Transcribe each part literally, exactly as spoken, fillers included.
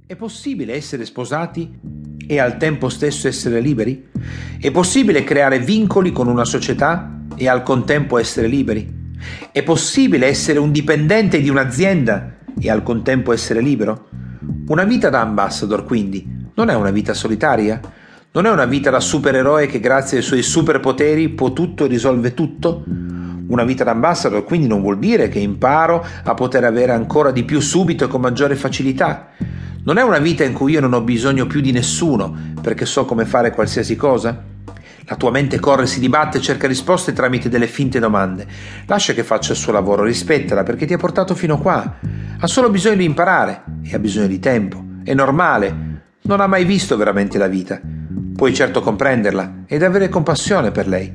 È possibile essere sposati e al tempo stesso essere liberi? È possibile creare vincoli con una società e al contempo essere liberi? È possibile essere un dipendente di un'azienda e al contempo essere libero? Una vita da ambassador, quindi, non è una vita solitaria? Non è una vita da supereroe che grazie ai suoi superpoteri può tutto e risolve tutto? Una vita da ambassador quindi non vuol dire che imparo a poter avere ancora di più subito e con maggiore facilità. Non è una vita in cui io non ho bisogno più di nessuno perché so come fare qualsiasi cosa? La tua mente corre, si dibatte e cerca risposte tramite delle finte domande. Lascia che faccia il suo lavoro, rispettala perché ti ha portato fino qua. Ha solo bisogno di imparare e ha bisogno di tempo. È normale. Non ha mai visto veramente la vita. Puoi certo comprenderla ed avere compassione per lei.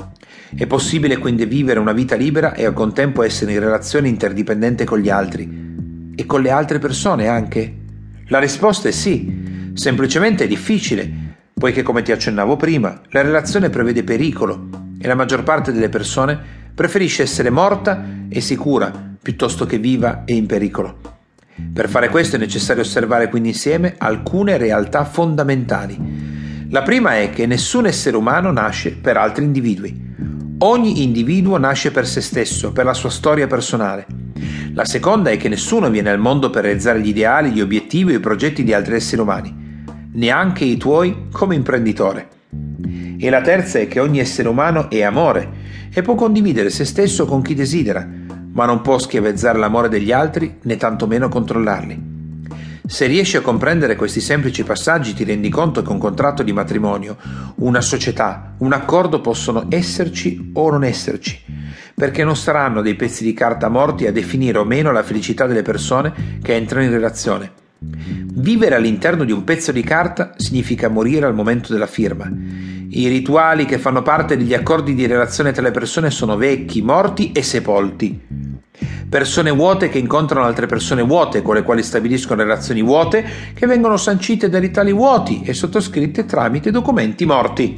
È possibile quindi vivere una vita libera e al contempo essere in relazione interdipendente con gli altri e con le altre persone anche? La risposta è sì, semplicemente è difficile, poiché come ti accennavo prima, la relazione prevede pericolo e la maggior parte delle persone preferisce essere morta e sicura piuttosto che viva e in pericolo. Per fare questo è necessario osservare quindi insieme alcune realtà fondamentali. La prima è che nessun essere umano nasce per altri individui. Ogni individuo nasce per se stesso, per la sua storia personale. La seconda è che nessuno viene al mondo per realizzare gli ideali, gli obiettivi o i progetti di altri esseri umani, neanche i tuoi come imprenditore. E la terza è che ogni essere umano è amore e può condividere se stesso con chi desidera, ma non può schiavizzare l'amore degli altri né tantomeno controllarli. Se riesci a comprendere questi semplici passaggi ti rendi conto che un contratto di matrimonio, una società, un accordo possono esserci o non esserci, perché non saranno dei pezzi di carta morti a definire o meno la felicità delle persone che entrano in relazione. Vivere all'interno di un pezzo di carta significa morire al momento della firma. I rituali che fanno parte degli accordi di relazione tra le persone sono vecchi, morti e sepolti. Persone vuote che incontrano altre persone vuote, con le quali stabiliscono relazioni vuote, che vengono sancite da rituali vuoti e sottoscritte tramite documenti morti.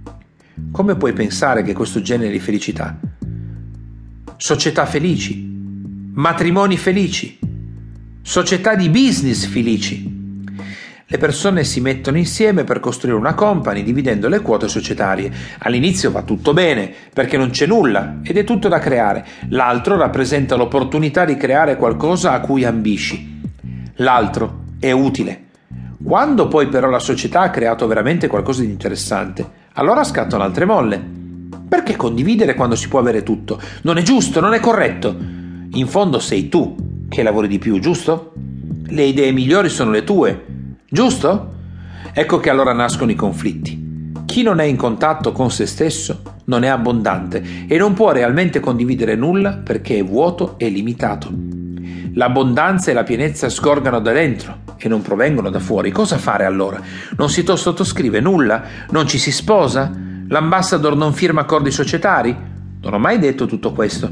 Come puoi pensare che questo genere di felicità? Società felici, matrimoni felici, società di business felici. Le persone si mettono insieme per costruire una company dividendo le quote societarie. All'inizio va tutto bene perché non c'è nulla ed è tutto da creare. L'altro rappresenta l'opportunità di creare qualcosa a cui ambisci. L'altro è utile. Quando poi però la società ha creato veramente qualcosa di interessante, allora scattano altre molle. Perché condividere quando si può avere tutto? Non è giusto, non è corretto. In fondo sei tu che lavori di più, giusto? Le idee migliori sono le tue. Giusto? Ecco che allora nascono i conflitti. Chi non è in contatto con se stesso non è abbondante e non può realmente condividere nulla perché è vuoto e limitato. L'abbondanza e la pienezza sgorgano da dentro e non provengono da fuori. Cosa fare allora? Non si sottoscrive nulla? Non ci si sposa? L'ambassador non firma accordi societari? Non ho mai detto tutto questo.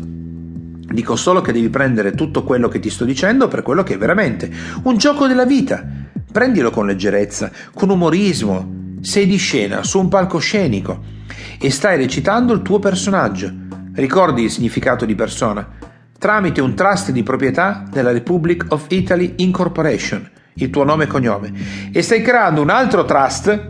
Dico solo che devi prendere tutto quello che ti sto dicendo per quello che è veramente un gioco della vita. Prendilo con leggerezza, con umorismo. Sei di scena su un palcoscenico e stai recitando il tuo personaggio. Ricordi il significato di persona tramite un trust di proprietà della Republic of Italy Incorporation, il tuo nome e cognome, e stai creando un altro trust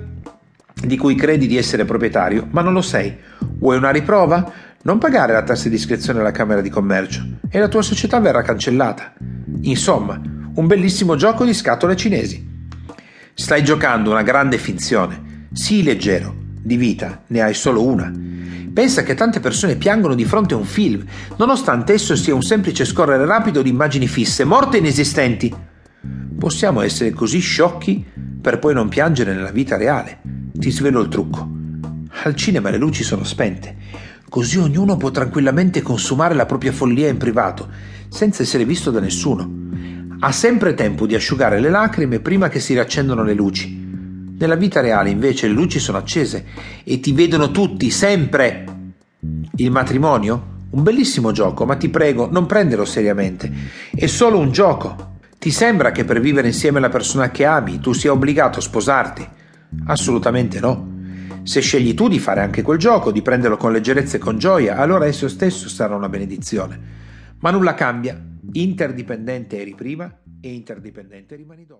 di cui credi di essere proprietario, ma non lo sei. Vuoi una riprova? Non pagare la tassa di iscrizione alla Camera di Commercio e la tua società verrà cancellata. Insomma, un bellissimo gioco di scatole cinesi. Stai giocando una grande finzione. Sii leggero, di vita ne hai solo una. Pensa che tante persone piangono di fronte a un film, nonostante esso sia un semplice scorrere rapido di immagini fisse, morte e inesistenti. Possiamo essere così sciocchi per poi non piangere nella vita reale. Ti svelo il trucco. Al cinema le luci sono spente, così ognuno può tranquillamente consumare la propria follia in privato, senza essere visto da nessuno. Ha sempre tempo di asciugare le lacrime prima che si riaccendono le luci. Nella vita reale invece le luci sono accese e ti vedono tutti, sempre. Il matrimonio? Un bellissimo gioco, ma ti prego, non prenderlo seriamente. È solo un gioco. Ti sembra che per vivere insieme alla persona che ami tu sia obbligato a sposarti? Assolutamente no. Se scegli tu di fare anche quel gioco, di prenderlo con leggerezza e con gioia, allora esso stesso sarà una benedizione. Ma nulla cambia. Interdipendente eri prima e interdipendente rimani dopo.